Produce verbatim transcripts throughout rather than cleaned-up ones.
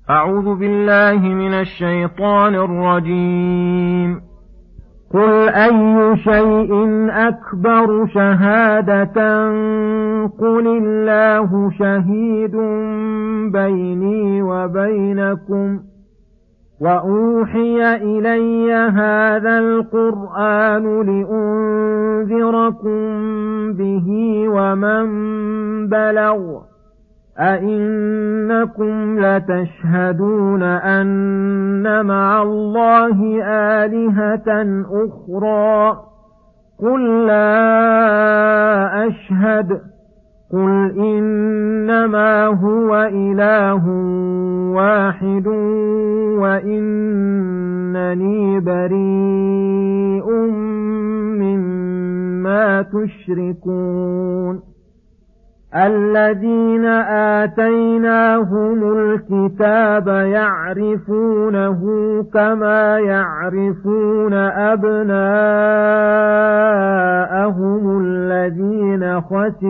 أعوذ بالله من الشيطان الرجيم. قل أي شيء أكبر شهادة قل الله شهيد بيني وبينكم وأوحي إلي هذا القرآن لأنذركم به ومن بلغ أئنكم لتشهدون أن مع الله آلهة أخرى قل لا أشهد قل إنما هو إله واحد وإنني بريء مما تشركون. الذين آتيناهم الكتاب يعرفونه كما يعرفون أبناءهم الذين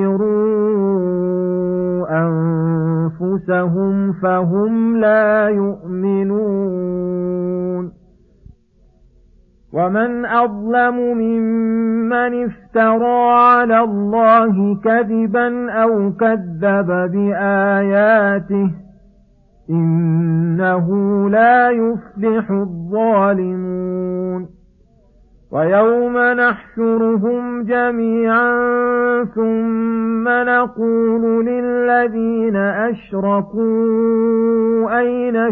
خسروا أنفسهم فهم لا يؤمنون. ومن أظلم ممن افترى على الله كذبا أو كذب بآياته إنه لا يفلح الظالمون. ويوم نحشرهم جميعا ثم نقول للذين أشركوا أين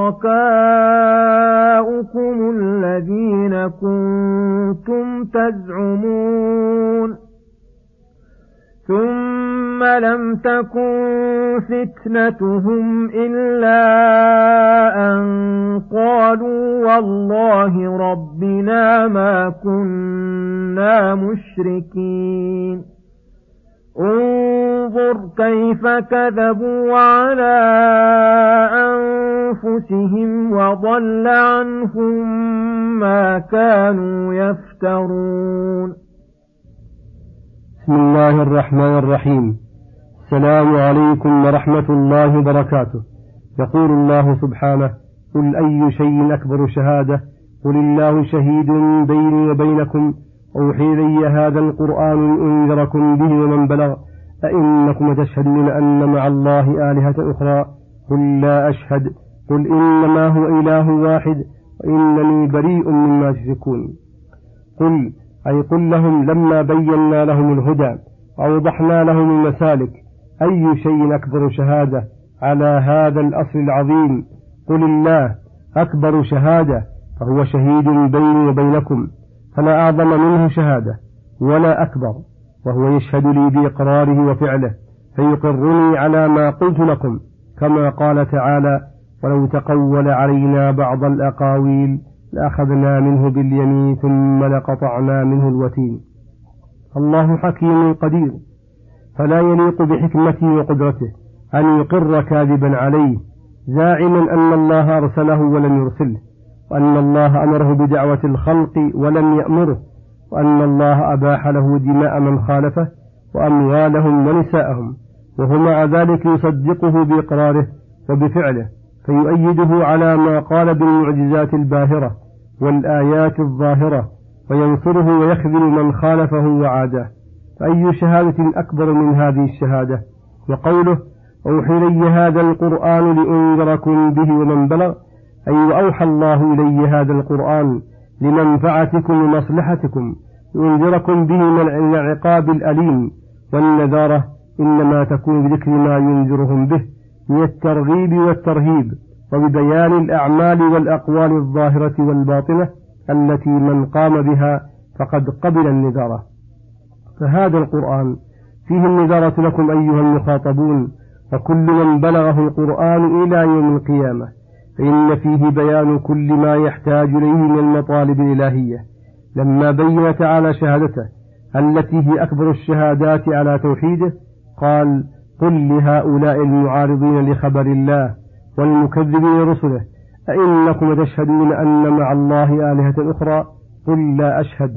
شركاؤكم الذين كنتم تزعمون ثم لم تكن فتنتهم إلا أن قالوا والله ربنا ما كنا مشركين. انظر كيف كذبوا على أنفسهم وضل عنهم ما كانوا يفترون. بسم الله الرحمن الرحيم. السلام عليكم ورحمة الله وبركاته. يقول الله سبحانه: قل أي شيء أكبر شهادة قل الله شهيد بيني وبينكم أوحي إلي هذا القرآن لأنذركم به ومن بلغ أئنكم تشهدون أن مع الله آلهة أخرى قل لا أشهد قل إنما هو إله واحد وإنني بريء مما تشركون. قل أي قل لهم لما بينا لهم الهدى وأوضحنا لهم المسالك أي شيء أكبر شهادة على هذا الأصل العظيم. قل الله أكبر شهادة فهو شهيد بيني وبينكم فلا أعظم منه شهادة ولا أكبر، وهو يشهد لي بإقراره وفعله فيقرني على ما قلت لكم، كما قال تعالى: ولو تقول علينا بعض الأقاويل لأخذنا منه باليمين ثم لقطعنا منه الوتين. الله حكيم قدير فلا يليق بحكمته وقدرته أن يقر كاذبا عليه زاعما أن الله أرسله ولم يرسله، وأن الله أمره بدعوة الخلق ولم يأمره، وأن الله أباح له دماء من خالفه وأموالهم ونساءهم، وهو مع ذلك يصدقه بإقراره وبفعله فيؤيده على ما قال بالمعجزات الباهرة والآيات الظاهرة وينصره ويخذل من خالفه وعاده. فأي شهادة أكبر من هذه الشهادة؟ وقوله: أوحي إلي هذا القرآن لأنذركم به ومن بلغ، أي وأوحى الله إلي هذا القرآن لمنفعتكم ومصلحتكم ينذركم به من العقاب الأليم، والنذارة إنما تكون بذكر ما ينذرهم به من الترغيب والترهيب وببيان الأعمال والأقوال الظاهرة والباطنة التي من قام بها فقد قبل النذارة. فهذا القرآن فيه النذارة لكم أيها المخاطبون وكل من بلغه القرآن إلى يوم القيامة، فإن فيه بيان كل ما يحتاج إليه من المطالب الإلهية. لما بين تعالى شهادته التي هي أكبر الشهادات على توحيده قال: قل لهؤلاء المعارضين لخبر الله والمكذبين رسله أئنكم تشهدون أن مع الله آلهة أخرى قل لا أشهد،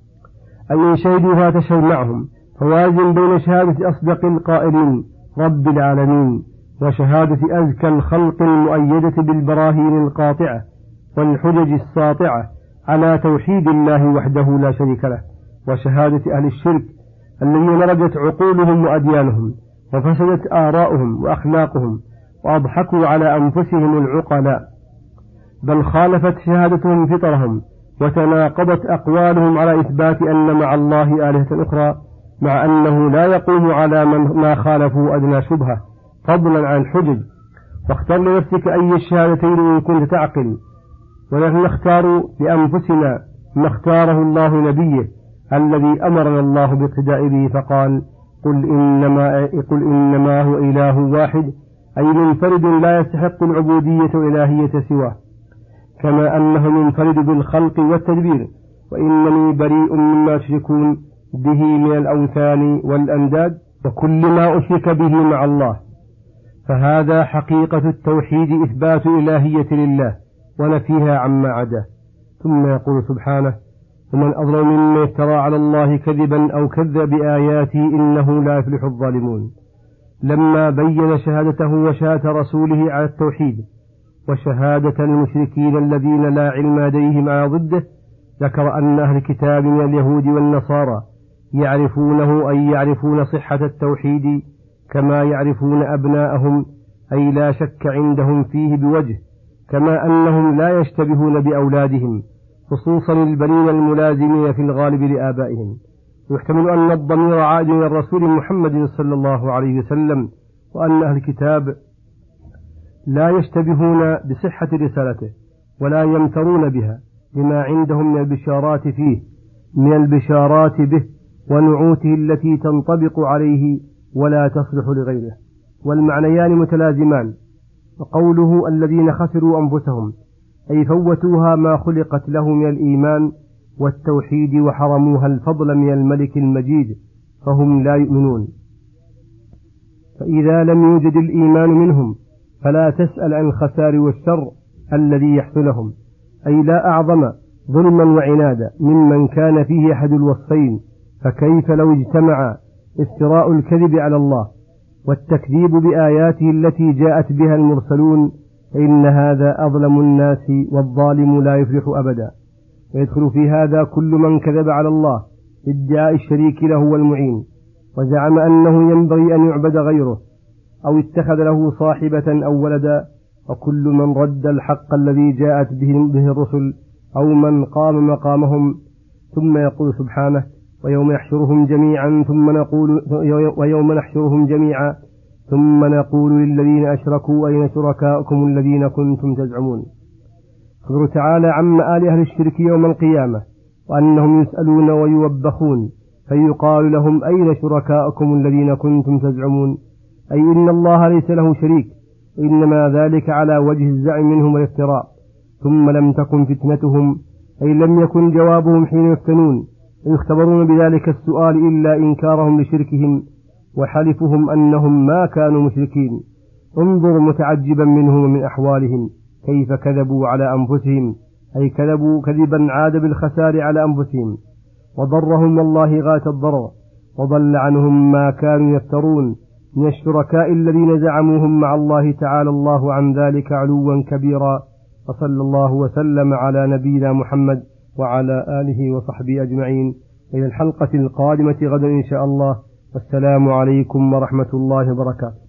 أي إن شهدوها تشهد معهم، فوازن بين شهادة أصدق القائلين رب العالمين وشهادة أزكى الخلق المؤيدة بالبراهين القاطعة والحجج الساطعة على توحيد الله وحده لا شريك له، وشهادة أهل الشرك الذين مرجت عقولهم وأديانهم وفسدت آراؤهم وأخلاقهم وأضحكوا على أنفسهم العقلاء، بل خالفت شهادتهم فطرهم وتناقضت أقوالهم على إثبات أن مع الله آلهة أخرى، مع أنه لا يقوم على من ما خالفوا أدنى شبهة فضلا عن الحجج. واختر لنفسك أي الشهادتين إن كنت تعقل، ونحن نختار لأنفسنا ما اختاره الله نبيه الذي أمرنا الله باقتداء به، فقال قل إنما, قل إنما هو إله واحد، أي منفرد لا يستحق العبودية والإلهية سواه، كما أنه منفرد بالخلق والتدبير، وإنني بريء مما تشركون به من الأوثان والأنداد وكل ما أشرك به مع الله. فهذا حقيقة التوحيد، إثبات إلهية لله ونفيها عما عداه. ثم يقول سبحانه ومن أظلم ممن افترى على الله كذبا أو كذب بآياته إنه لا يفلح الظالمون. لما بين شهادته وشهادة رسوله على التوحيد وشهادة المشركين الذين لا علم لديهم على ضده، ذكر أن أهل الكتاب من اليهود والنصارى يعرفونه، أي يعرفون صحة التوحيد كما يعرفون أبناءهم، أي لا شك عندهم فيه بوجه، كما أنهم لا يشتبهون بأولادهم، خصوصا البنين الملازمين في الغالب لآبائهم. يحتمل أن الضمير عائد إلى الرسول محمد صلى الله عليه وسلم، وأن أهل الكتاب لا يشتبهون بصحة رسالته ولا يمترون بها لما عندهم من البشارات فيه من البشارات به ونعوته التي تنطبق عليه ولا تصلح لغيره، والمعنيان متلازمان. وقوله الذين خسروا أنفسهم أي فوتوها ما خلقت له من الإيمان والتوحيد وحرموها الفضل من الملك المجيد فهم لا يؤمنون. فإذا لم يوجد الإيمان منهم فلا تسأل عن الخسار والشر الذي يحصلهم، أي لا أعظم ظلما وعنادا ممن كان فيه أحد الوصفين، فكيف لو اجتمع افتراء الكذب على الله والتكذيب بآياته التي جاءت بها المرسلون، فإن هذا أظلم الناس، والظالم لا يفلح أبدا. ويدخل في هذا كل من كذب على الله بادعاء الشريك له والمعين، وزعم أنه ينبغي أن يعبد غيره، أو اتخذ له صاحبة أو ولدا، وكل من رد الحق الذي جاءت به الرسل أو من قام مقامهم. ثم يقول سبحانه ويوم يحشرهم جميعا ثم نقول ويوم نحشرهم جميعا ثم نقول للذين أشركوا أين شركاؤكم الذين كنتم تزعمون. خبر تعالى عن مآل أهل الشرك يوم القيامة، وأنهم يسألون ويوبخون فيقال لهم أين شركاؤكم الذين كنتم تزعمون، أي إن الله ليس له شريك، وإنما ذلك على وجه الزعم منهم والافتراء. ثم لم تكن فتنتهم، أي لم يكن جوابهم حين يفتنون ويختبرون بذلك السؤال إلا إنكارهم لشركهم وحلفهم أنهم ما كانوا مشركين. انظر متعجبا منهم ومن أحوالهم كيف كذبوا على أنفسهم، أي كذبوا كذبا عاد بالخسار على أنفسهم، وضرهم والله غاية الضرر، وضل عنهم ما كانوا يفترون من الشركاء الذين زعموهم مع الله تعالى الله عن ذلك علوا كبيرا. وصلى الله وسلم على نبينا محمد وعلى آله وصحبه أجمعين، إلى الحلقة القادمة غدا إن شاء الله، والسلام عليكم ورحمة الله وبركاته.